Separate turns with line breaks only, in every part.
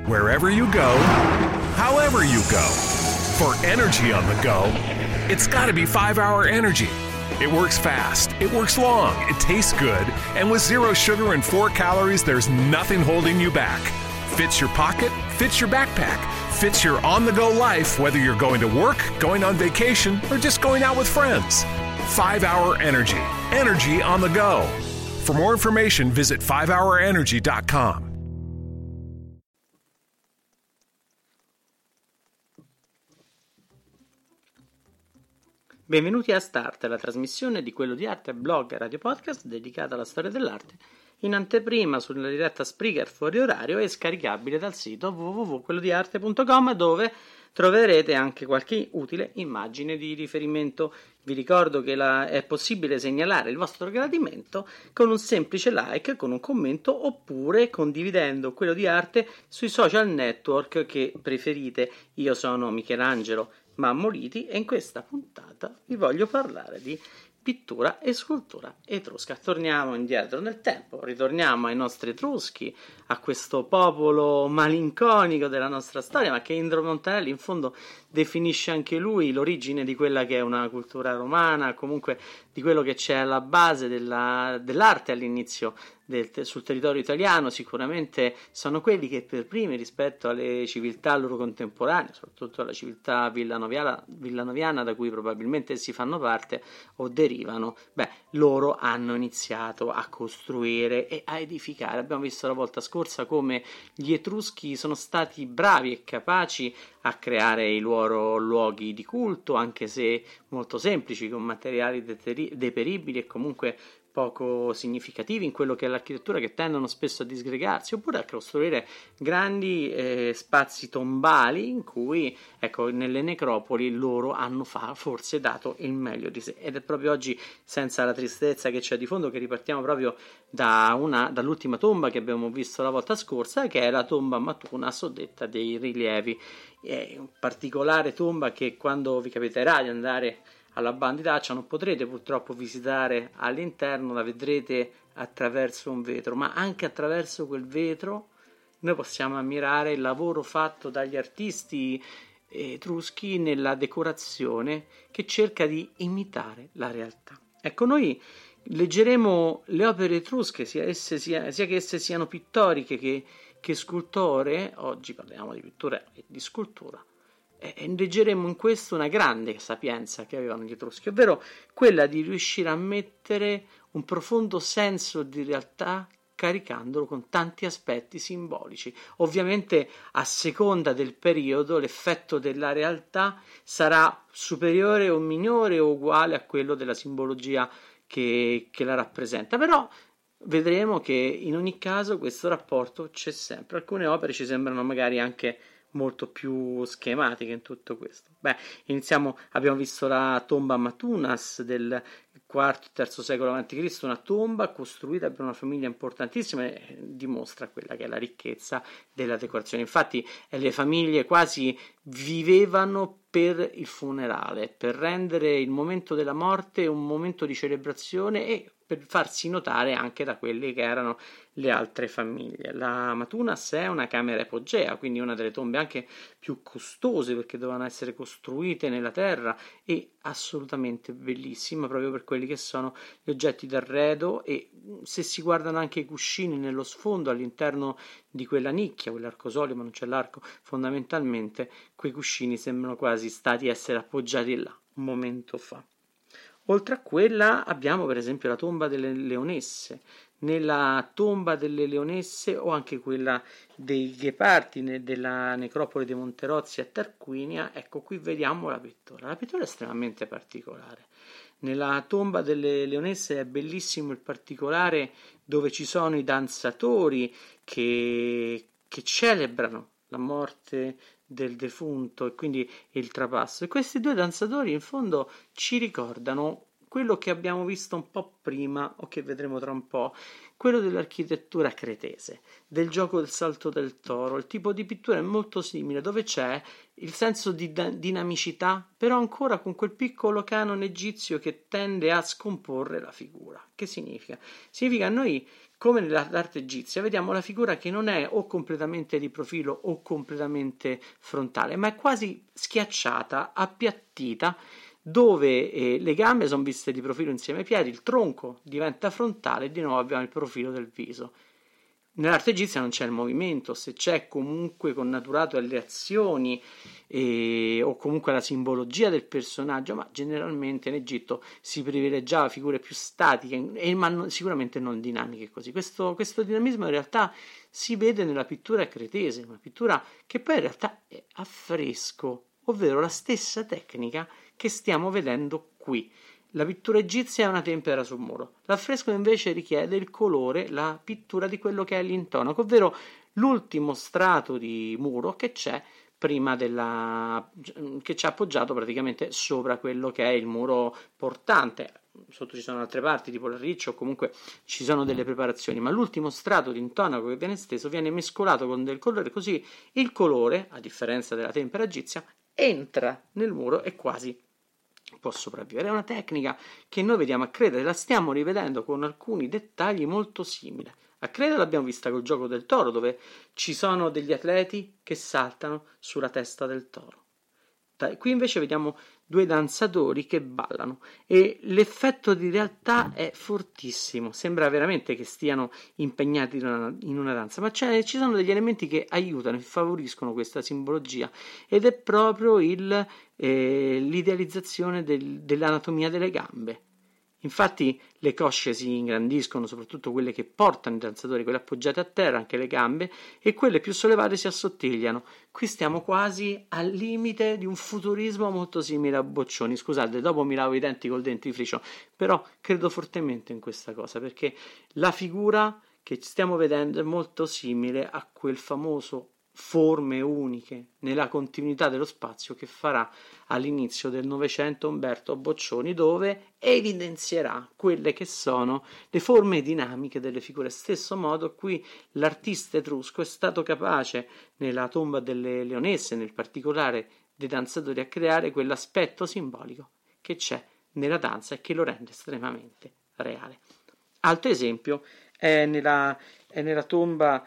wherever you go, however you go. For energy on the go, it's gotta be 5-Hour Energy. It works fast, it works long, it tastes good, and with 0 sugar and 4 calories, there's nothing holding you back. Fits your pocket, fits your backpack, fits your on-the-go life, whether you're going to work, going on vacation, or just going out with friends. 5-Hour Energy. Energy on the go. For more information, visit 5hourenergy.com.
Benvenuti a Start, la trasmissione di Quello di Arte, blog e radio podcast dedicata alla storia dell'arte, in anteprima sulla diretta Spreaker fuori orario e scaricabile dal sito www.quellodiarte.com, dove troverete anche qualche utile immagine di riferimento. Vi ricordo che è possibile segnalare il vostro gradimento con un semplice like, con un commento, oppure condividendo Quello di Arte sui social network che preferite. Io sono Michelangelo Mammoliti e in questa puntata vi voglio parlare di pittura e scultura etrusca. Torniamo indietro nel tempo, ritorniamo ai nostri etruschi, a questo popolo malinconico della nostra storia, ma che Indro Montanelli in fondo definisce anche lui l'origine di quella che è una cultura romana, comunque di quello che c'è alla base dell'arte all'inizio sul territorio italiano. Sicuramente sono quelli che per primi, rispetto alle civiltà loro contemporanee, soprattutto alla civiltà villanoviana da cui probabilmente si fanno parte o derivano, loro hanno iniziato a costruire e a edificare. Abbiamo visto la volta scorsa come gli Etruschi sono stati bravi e capaci a creare i loro luoghi di culto, anche se molto semplici, con materiali deperibili e comunque poco significativi in quello che è l'architettura, che tendono spesso a disgregarsi, oppure a costruire grandi spazi tombali in cui, ecco, nelle necropoli loro hanno forse dato il meglio di sé. Ed è proprio oggi, senza la tristezza che c'è di fondo, che ripartiamo proprio dall'ultima tomba che abbiamo visto la volta scorsa, che è la tomba Matunas, o detta dei rilievi. È un particolare tomba che, quando vi capiterà di andare alla Banditaccia, non potrete purtroppo visitare all'interno, la vedrete attraverso un vetro, ma anche attraverso quel vetro noi possiamo ammirare il lavoro fatto dagli artisti etruschi nella decorazione, che cerca di imitare la realtà. Ecco, noi leggeremo le opere etrusche, sia che esse siano pittoriche che scultoree. Oggi parliamo di pittura e di scultura. E leggeremo in questo una grande sapienza che avevano gli Etruschi, ovvero quella di riuscire a mettere un profondo senso di realtà caricandolo con tanti aspetti simbolici. Ovviamente, a seconda del periodo, l'effetto della realtà sarà superiore o minore o uguale a quello della simbologia che la rappresenta, però vedremo che in ogni caso questo rapporto c'è sempre. Alcune opere ci sembrano magari anche molto più schematiche in tutto questo. Abbiamo visto la tomba Matunas del IV-III secolo a.C., una tomba costruita per una famiglia importantissima, e dimostra quella che è la ricchezza della decorazione. Infatti le famiglie quasi vivevano per il funerale, per rendere il momento della morte un momento di celebrazione e per farsi notare anche da quelle che erano le altre famiglie. La Matunas è una camera epogea, quindi una delle tombe anche più costose, perché dovevano essere costruite nella terra, e assolutamente bellissima proprio per quelli che sono gli oggetti d'arredo. E se si guardano anche i cuscini nello sfondo all'interno di quella nicchia, quell'arcosolio, ma non c'è l'arco, fondamentalmente quei cuscini sembrano quasi stati essere appoggiati là un momento fa. Oltre a quella abbiamo per esempio la tomba delle Leonesse. Nella tomba delle Leonesse, o anche quella dei Ghepardi della necropoli dei Monterozzi a Tarquinia, ecco, qui vediamo la pittura. La pittura è estremamente particolare. Nella tomba delle Leonesse è bellissimo il particolare dove ci sono i danzatori che celebrano la morte del defunto e quindi il trapasso, e questi due danzatori in fondo ci ricordano quello che abbiamo visto un po' prima o che vedremo tra un po', quello dell'architettura cretese, del gioco del salto del toro. Il tipo di pittura è molto simile, dove c'è il senso di dinamicità, però ancora con quel piccolo canone egizio che tende a scomporre la figura. Che significa? Significa noi, come nell'arte egizia, vediamo la figura che non è o completamente di profilo o completamente frontale, ma è quasi schiacciata, appiattita, dove le gambe sono viste di profilo insieme ai piedi, il tronco diventa frontale e di nuovo abbiamo il profilo del viso. Nell'arte egizia non c'è il movimento, se c'è comunque connaturato alle azioni o comunque alla simbologia del personaggio, ma generalmente in Egitto si privilegiava figure più statiche, ma sicuramente non dinamiche così. Questo dinamismo in realtà si vede nella pittura cretese, una pittura che poi in realtà è a fresco, ovvero la stessa tecnica che stiamo vedendo qui. La pittura egizia è una tempera sul muro, l'affresco invece richiede il colore, la pittura di quello che è l'intonaco, ovvero l'ultimo strato di muro che c'è prima che ci ha appoggiato praticamente sopra quello che è il muro portante. Sotto ci sono altre parti tipo il riccio o comunque ci sono delle preparazioni, ma l'ultimo strato di intonaco che viene steso viene mescolato con del colore, così il colore, a differenza della tempera egizia, entra nel muro e quasi può sopravvivere. È una tecnica che noi vediamo a Creta e la stiamo rivedendo con alcuni dettagli molto simili. A Creta l'abbiamo vista col gioco del toro, dove ci sono degli atleti che saltano sulla testa del toro. Qui invece vediamo due danzatori che ballano e l'effetto di realtà è fortissimo, sembra veramente che stiano impegnati in una danza, ma ci sono degli elementi che aiutano e favoriscono questa simbologia ed è proprio l'idealizzazione dell'anatomia delle gambe. Infatti le cosce si ingrandiscono, soprattutto quelle che portano i danzatori, quelle appoggiate a terra, anche le gambe, e quelle più sollevate si assottigliano. Qui stiamo quasi al limite di un futurismo molto simile a Boccioni. Scusate, dopo mi lavo i denti col dentifricio, però credo fortemente in questa cosa, perché la figura che stiamo vedendo è molto simile a quel famoso forme uniche nella continuità dello spazio che farà all'inizio del Novecento Umberto Boccioni, dove evidenzierà quelle che sono le forme dinamiche delle figure. Stesso modo qui l'artista etrusco è stato capace nella tomba delle leonesse, nel particolare dei danzatori, a creare quell'aspetto simbolico che c'è nella danza e che lo rende estremamente reale. Altro esempio è nella tomba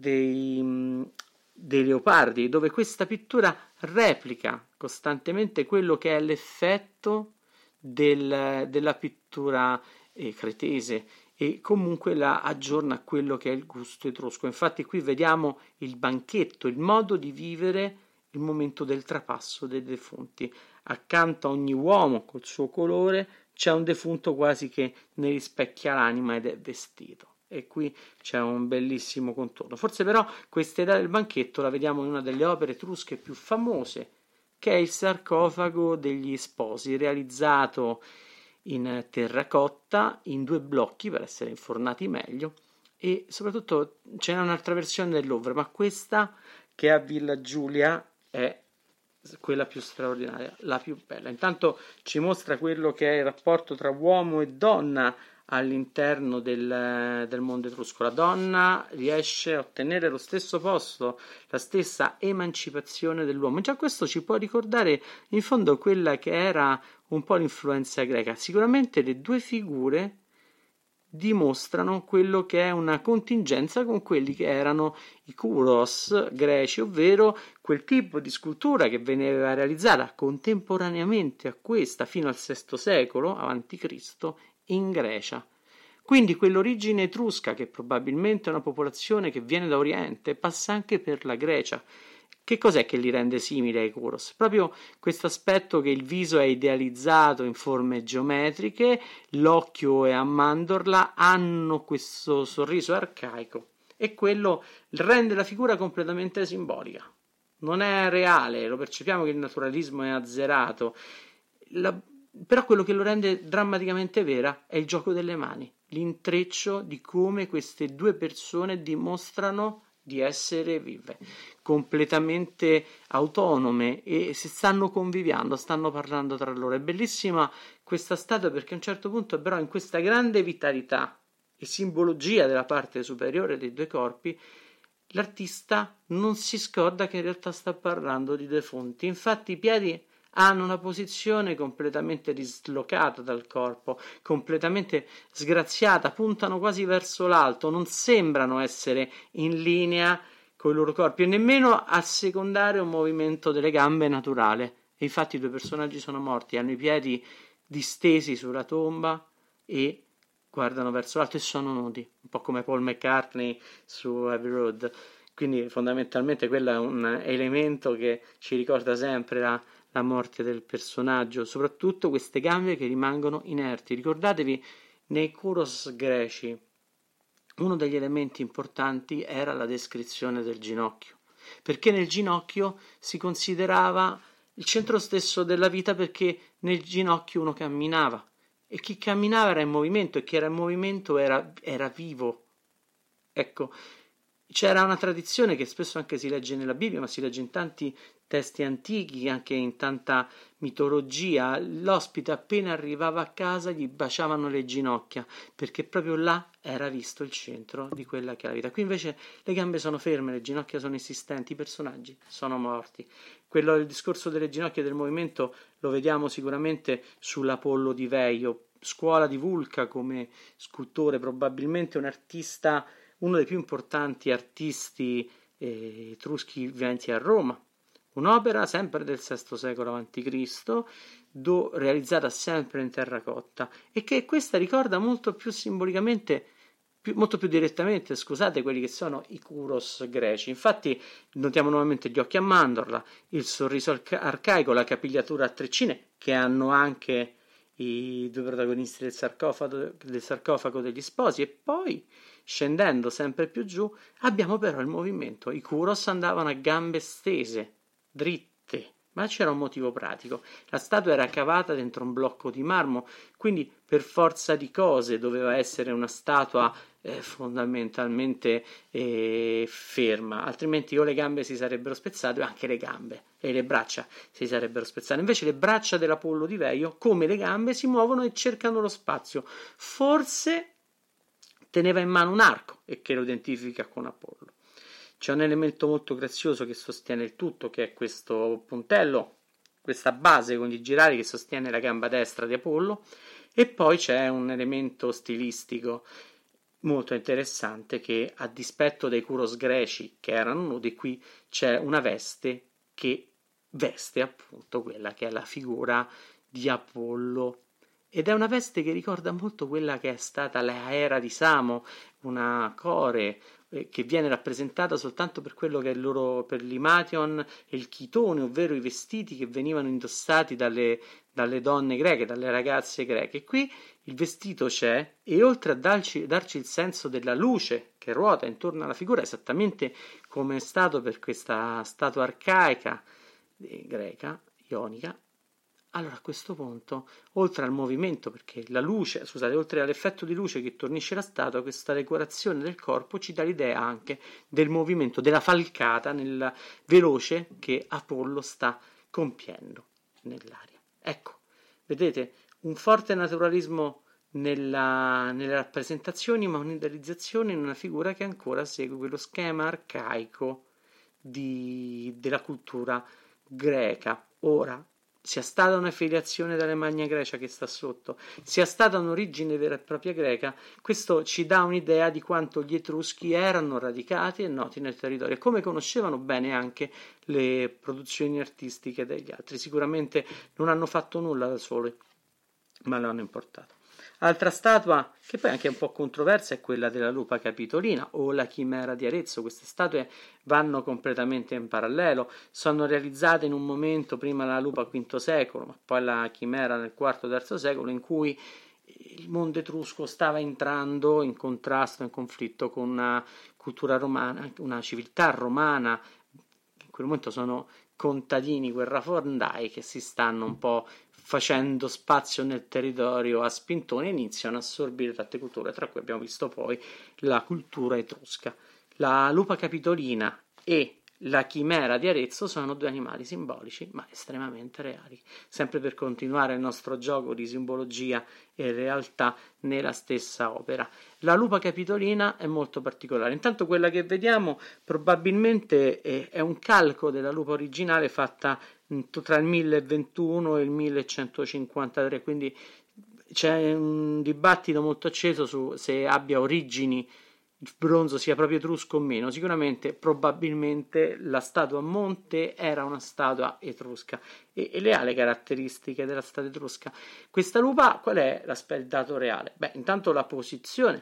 dei leopardi, dove questa pittura replica costantemente quello che è l'effetto della pittura cretese e comunque la aggiorna a quello che è il gusto etrusco. Infatti qui vediamo il banchetto, il modo di vivere il momento del trapasso dei defunti. Accanto a ogni uomo col suo colore c'è un defunto quasi che ne rispecchia l'anima ed è vestito. E qui c'è un bellissimo contorno. Forse però questa idea del banchetto la vediamo in una delle opere etrusche più famose, che è il sarcofago degli sposi, realizzato in terracotta in 2 blocchi per essere infornati meglio, e soprattutto c'è un'altra versione del Louvre, ma questa che è a Villa Giulia è quella più straordinaria, la più bella. Intanto ci mostra quello che è il rapporto tra uomo e donna all'interno del mondo etrusco. La donna riesce a ottenere lo stesso posto, la stessa emancipazione dell'uomo. Già questo ci può ricordare in fondo quella che era un po' l'influenza greca. Sicuramente le 2 figure dimostrano quello che è una contingenza con quelli che erano i kouros greci, ovvero quel tipo di scultura che veniva realizzata contemporaneamente a questa fino al VI secolo a.C. in Grecia. Quindi quell'origine etrusca, che probabilmente è una popolazione che viene da Oriente, passa anche per la Grecia. Che cos'è che li rende simili ai kouros? Proprio questo aspetto che il viso è idealizzato in forme geometriche, l'occhio è a mandorla, hanno questo sorriso arcaico e quello rende la figura completamente simbolica. Non è reale, lo percepiamo che il naturalismo è azzerato, però quello che lo rende drammaticamente vera è il gioco delle mani, l'intreccio di come queste 2 persone dimostrano di essere vive, completamente autonome e si stanno conviviando, stanno parlando tra loro. È bellissima questa statua perché a un certo punto però in questa grande vitalità e simbologia della parte superiore dei due corpi l'artista non si scorda che in realtà sta parlando di defunti. Infatti i piedi hanno una posizione completamente dislocata dal corpo, completamente sgraziata, puntano quasi verso l'alto, non sembrano essere in linea con i loro corpi e nemmeno assecondare un movimento delle gambe naturale. E infatti i due personaggi sono morti, hanno i piedi distesi sulla tomba e guardano verso l'alto e sono nudi, un po' come Paul McCartney su Abbey Road. Quindi fondamentalmente quello è un elemento che ci ricorda sempre la morte del personaggio, soprattutto queste gambe che rimangono inerti. Ricordatevi, nei Kouros greci uno degli elementi importanti era la descrizione del ginocchio, perché nel ginocchio si considerava il centro stesso della vita, perché nel ginocchio uno camminava e chi camminava era in movimento e chi era in movimento era vivo. Ecco, c'era una tradizione che spesso anche si legge nella Bibbia, ma si legge in tanti testi antichi, anche in tanta mitologia. L'ospite appena arrivava a casa gli baciavano le ginocchia, perché proprio là era visto il centro di quella che è la vita. Qui invece le gambe sono ferme, le ginocchia sono esistenti, i personaggi sono morti. Il discorso delle ginocchia e del movimento lo vediamo sicuramente sull'Apollo di Veio, scuola di Vulca come scultore, probabilmente un artista, uno dei più importanti artisti etruschi viventi a Roma. Un'opera sempre del VI secolo a.C., realizzata sempre in terracotta, e che questa ricorda molto più simbolicamente, molto più direttamente, scusate, quelli che sono i Kouros greci. Infatti notiamo nuovamente gli occhi a mandorla, il sorriso arcaico, la capigliatura a treccine, che hanno anche i due protagonisti del sarcofago degli sposi, e poi scendendo sempre più giù abbiamo però il movimento. I Kouros andavano a gambe stese, dritte, ma c'era un motivo pratico. La statua era cavata dentro un blocco di marmo, quindi per forza di cose doveva essere una statua fondamentalmente ferma, altrimenti o le gambe si sarebbero spezzate o anche le gambe e le braccia si sarebbero spezzate. Invece le braccia dell'Apollo di Veio, come le gambe, si muovono e cercano lo spazio. Forse teneva in mano un arco e che lo identifica con Apollo. C'è un elemento molto grazioso che sostiene il tutto, che è questo puntello, questa base con i girari che sostiene la gamba destra di Apollo, e poi c'è un elemento stilistico molto interessante che, a dispetto dei Kouros greci che erano nudi, qui c'è una veste che veste appunto quella che è la figura di Apollo, ed è una veste che ricorda molto quella che è stata l'Aera di Samo, una core che viene rappresentata soltanto per quello che è il loro, per l'imation e il chitone, ovvero i vestiti che venivano indossati dalle donne greche, dalle ragazze greche. Qui il vestito c'è, e oltre a darci il senso della luce che ruota intorno alla figura, esattamente come è stato per questa statua arcaica greca, ionica, allora a questo punto, oltre al movimento, perché la luce, scusate, oltre all'effetto di luce che tornisce la statua, questa decorazione del corpo ci dà l'idea anche del movimento, della falcata nel veloce che Apollo sta compiendo nell'aria. Ecco, vedete, un forte naturalismo nelle rappresentazioni, ma un'idealizzazione in una figura che ancora segue quello schema arcaico della cultura greca. Ora, sia stata una filiazione dalle Magna Grecia che sta sotto, sia stata un'origine vera e propria greca, questo ci dà un'idea di quanto gli Etruschi erano radicati e noti nel territorio e come conoscevano bene anche le produzioni artistiche degli altri. Sicuramente non hanno fatto nulla da soli, ma lo hanno importato. Altra statua che poi è anche un po' controversa è quella della lupa capitolina o la chimera di Arezzo. Queste statue vanno completamente in parallelo, sono realizzate in un momento, prima la lupa V secolo, ma poi la chimera nel IV-III secolo, in cui il mondo etrusco stava entrando in contrasto, in conflitto con una cultura romana, una civiltà romana. In quel momento sono contadini guerrafondai che si stanno un po' facendo spazio nel territorio a spintoni e iniziano a assorbire tante culture, tra cui abbiamo visto poi la cultura etrusca. La lupa capitolina e la chimera di Arezzo sono due animali simbolici ma estremamente reali, sempre per continuare il nostro gioco di simbologia e realtà nella stessa opera. La lupa capitolina è molto particolare, intanto quella che vediamo probabilmente è un calco della lupa originale fatta tra il 1021 e il 1153, quindi c'è un dibattito molto acceso su se abbia origini il bronzo sia proprio etrusco o meno. Sicuramente, probabilmente la statua a monte era una statua etrusca e le ha le caratteristiche della statua etrusca. Questa lupa, qual è il dato reale? Beh, intanto la posizione,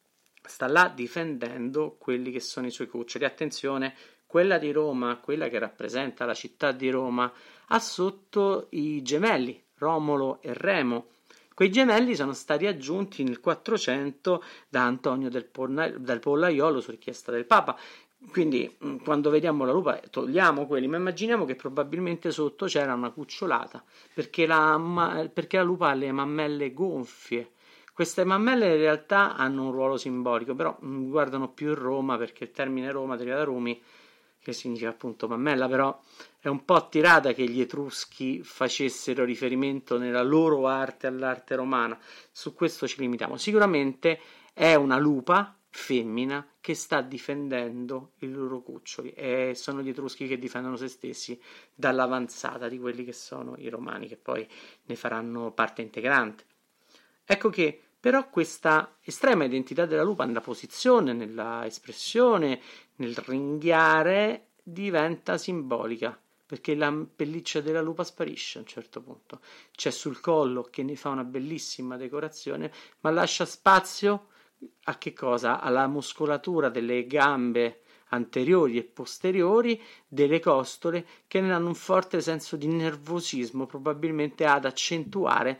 sta là difendendo quelli che sono i suoi cuccioli. Attenzione, quella di Roma, quella che rappresenta la città di Roma, ha sotto i gemelli Romolo e Remo. Quei gemelli sono stati aggiunti nel 400 da Antonio del Pollaiolo su richiesta del Papa. Quindi quando vediamo la lupa togliamo quelli, ma immaginiamo che probabilmente sotto c'era una cucciolata, perché la lupa ha le mammelle gonfie. Queste mammelle in realtà hanno un ruolo simbolico, però guardano più in Roma, perché il termine Roma deriva da Rumi, che significa appunto mammella, però è un po' tirata che gli Etruschi facessero riferimento nella loro arte all'arte romana. Su questo ci limitiamo. Sicuramente è una lupa femmina che sta difendendo i loro cuccioli, e sono gli Etruschi che difendono se stessi dall'avanzata di quelli che sono i Romani, che poi ne faranno parte integrante. Ecco che però questa estrema identità della lupa nella posizione, nella espressione, nel ringhiare diventa simbolica, perché la pelliccia della lupa sparisce a un certo punto. C'è sul collo che ne fa una bellissima decorazione, ma lascia spazio a che cosa? Alla muscolatura delle gambe anteriori e posteriori, delle costole, che ne hanno un forte senso di nervosismo, probabilmente ad accentuare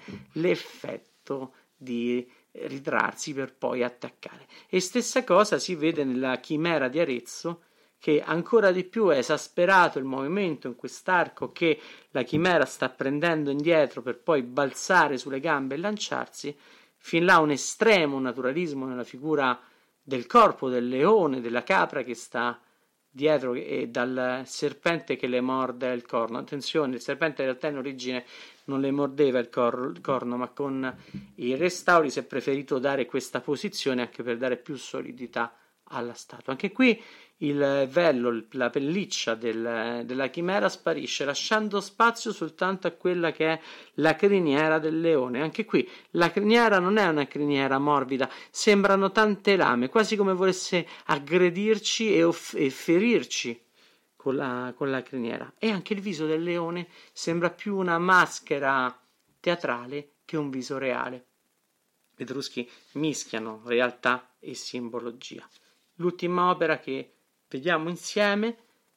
l'effetto di ritrarsi per poi attaccare. E stessa cosa si vede nella chimera di Arezzo, che ancora di più è esasperato il movimento in quest'arco che la chimera sta prendendo indietro per poi balzare sulle gambe e lanciarsi, fin là un estremo naturalismo nella figura del corpo del leone, della capra che sta dietro e dal serpente che le morde il corno. Attenzione, il serpente in realtà in origine non le mordeva il corno, ma con i restauri si è preferito dare questa posizione anche per dare più solidità alla statua. Anche qui il vello, la pelliccia della chimera sparisce, lasciando spazio soltanto a quella che è la criniera del leone. Anche qui la criniera non è una criniera morbida, sembrano tante lame, quasi come volesse aggredirci e ferirci con la criniera. E anche il viso del leone sembra più una maschera teatrale che un viso reale. Gli Etruschi mischiano realtà e simbologia. L'ultima opera che vediamo insieme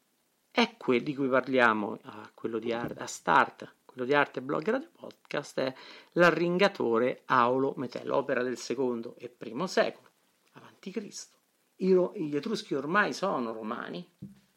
è quella di cui parliamo quello di Start, quello di Arte Blog Radio Podcast, è l'Arringatore Aulo Metello, opera del secondo e primo secolo avanti Cristo. Gli Etruschi ormai sono romani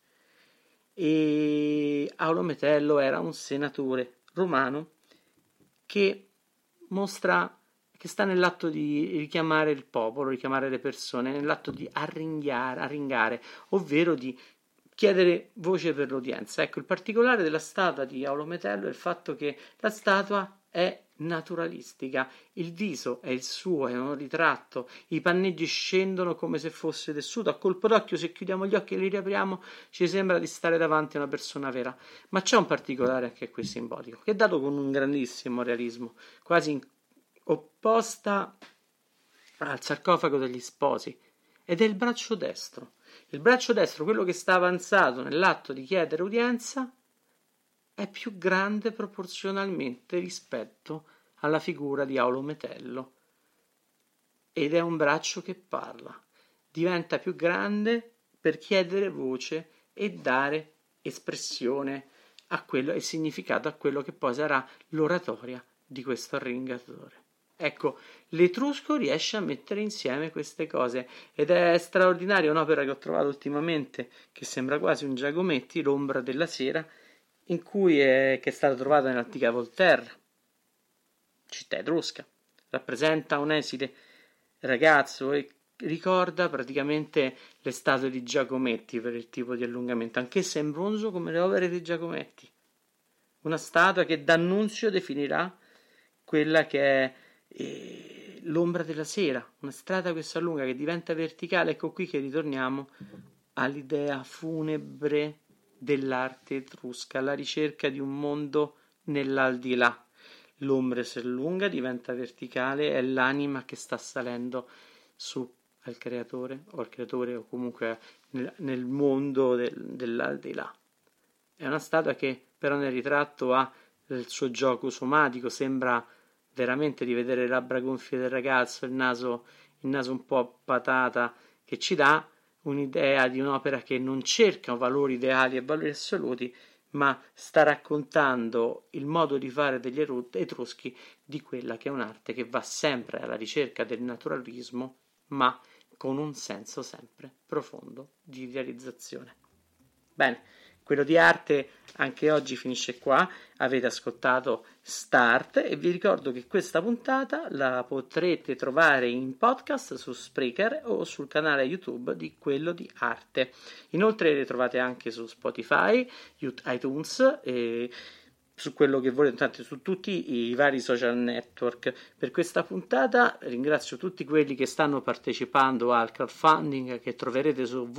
e Aulo Metello era un senatore romano che sta nell'atto di richiamare il popolo, richiamare le persone, nell'atto di arringare, ovvero di chiedere voce per l'udienza. Ecco, il particolare della statua di Aulo Metello è il fatto che la statua è naturalistica, il viso è il suo, è un ritratto, i panneggi scendono come se fosse tessuto, a colpo d'occhio se chiudiamo gli occhi e li riapriamo ci sembra di stare davanti a una persona vera, ma c'è un particolare anche qui simbolico, che è dato con un grandissimo realismo, quasi opposta al sarcofago degli sposi, ed è il braccio destro. Il braccio destro, quello che sta avanzato nell'atto di chiedere udienza, è più grande proporzionalmente rispetto alla figura di Aulo Metello, ed è un braccio che parla, diventa più grande per chiedere voce e dare espressione a quello e significato a quello che poi sarà l'oratoria di questo arringatore. Ecco, l'Etrusco riesce a mettere insieme queste cose ed è straordinaria un'opera che ho trovato ultimamente che sembra quasi un Giacometti, L'ombra della sera, in cui che è stata trovata nell'antica Volterra, città etrusca. Rappresenta un esile ragazzo ricorda praticamente le statue di Giacometti per il tipo di allungamento, anch'essa in bronzo come le opere di Giacometti. Una statua che D'Annunzio definirà quella che è l'ombra della sera, una strada che si allunga, che diventa verticale. Ecco qui che ritorniamo all'idea funebre dell'arte etrusca, alla ricerca di un mondo nell'aldilà. L'ombra si allunga, diventa verticale, è l'anima che sta salendo su al creatore, o al creatore, o comunque nel mondo dell'aldilà. È una statua che però nel ritratto ha il suo gioco somatico, sembra veramente di vedere le labbra gonfie del ragazzo, il naso un po' patata, che ci dà un'idea di un'opera che non cerca valori ideali e valori assoluti, ma sta raccontando il modo di fare degli etruschi, di quella che è un'arte che va sempre alla ricerca del naturalismo, ma con un senso sempre profondo di idealizzazione. Bene, quello di arte anche oggi finisce qua. Avete ascoltato Start e vi ricordo che questa puntata la potrete trovare in podcast su Spreaker o sul canale YouTube di Quello di Arte. Inoltre le trovate anche su Spotify, iTunes e su quello che volete, tanto su tutti i vari social network. Per questa puntata ringrazio tutti quelli che stanno partecipando al crowdfunding che troverete su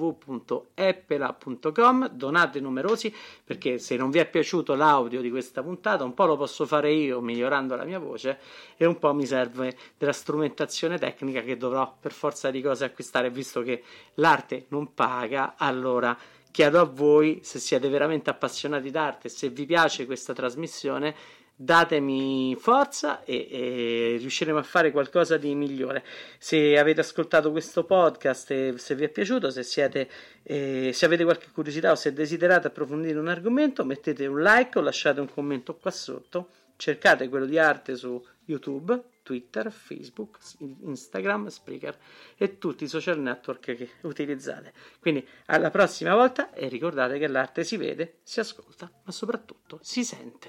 www.eppela.com. Donate numerosi, perché se non vi è piaciuto l'audio di questa puntata, un po' lo posso fare io migliorando la mia voce e un po' mi serve della strumentazione tecnica che dovrò per forza di cose acquistare, visto che l'arte non paga. Allora chiedo a voi, se siete veramente appassionati d'arte, se vi piace questa trasmissione, datemi forza e riusciremo a fare qualcosa di migliore. Se avete ascoltato questo podcast e se vi è piaciuto, se avete qualche curiosità o se desiderate approfondire un argomento, mettete un like o lasciate un commento qua sotto. Cercate Quello di Arte su YouTube, Twitter, Facebook, Instagram, Spreaker e tutti i social network che utilizzate. Quindi alla prossima volta e ricordate che l'arte si vede, si ascolta, ma soprattutto si sente.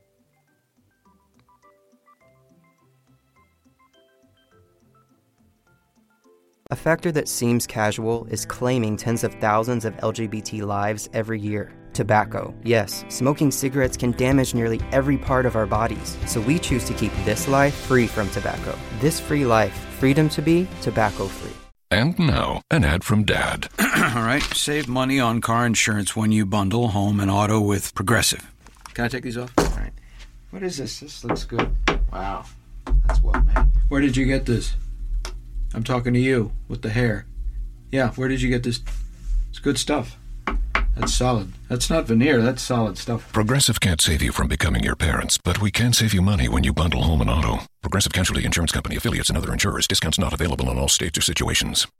A factor that seems casual is claiming tens of thousands of LGBT lives every year. Tobacco. Yes, smoking cigarettes can damage nearly every part of our bodies, so we choose to keep this life free from tobacco. This free life, freedom to be tobacco-free.
And now, an ad from Dad.
All right, save money on car insurance when you bundle home and auto with Progressive. Can I take these off? All right. What is this? This looks good. Wow, that's well made. Where did you get this? I'm talking to you, with the hair. Yeah, where did you get this? It's good stuff. That's solid. That's not veneer, that's solid stuff.
Progressive can't save you from becoming your parents, but we can save you money when you bundle home and auto. Progressive Casualty Insurance Company, affiliates, and other insurers. Discounts not available in all states or situations.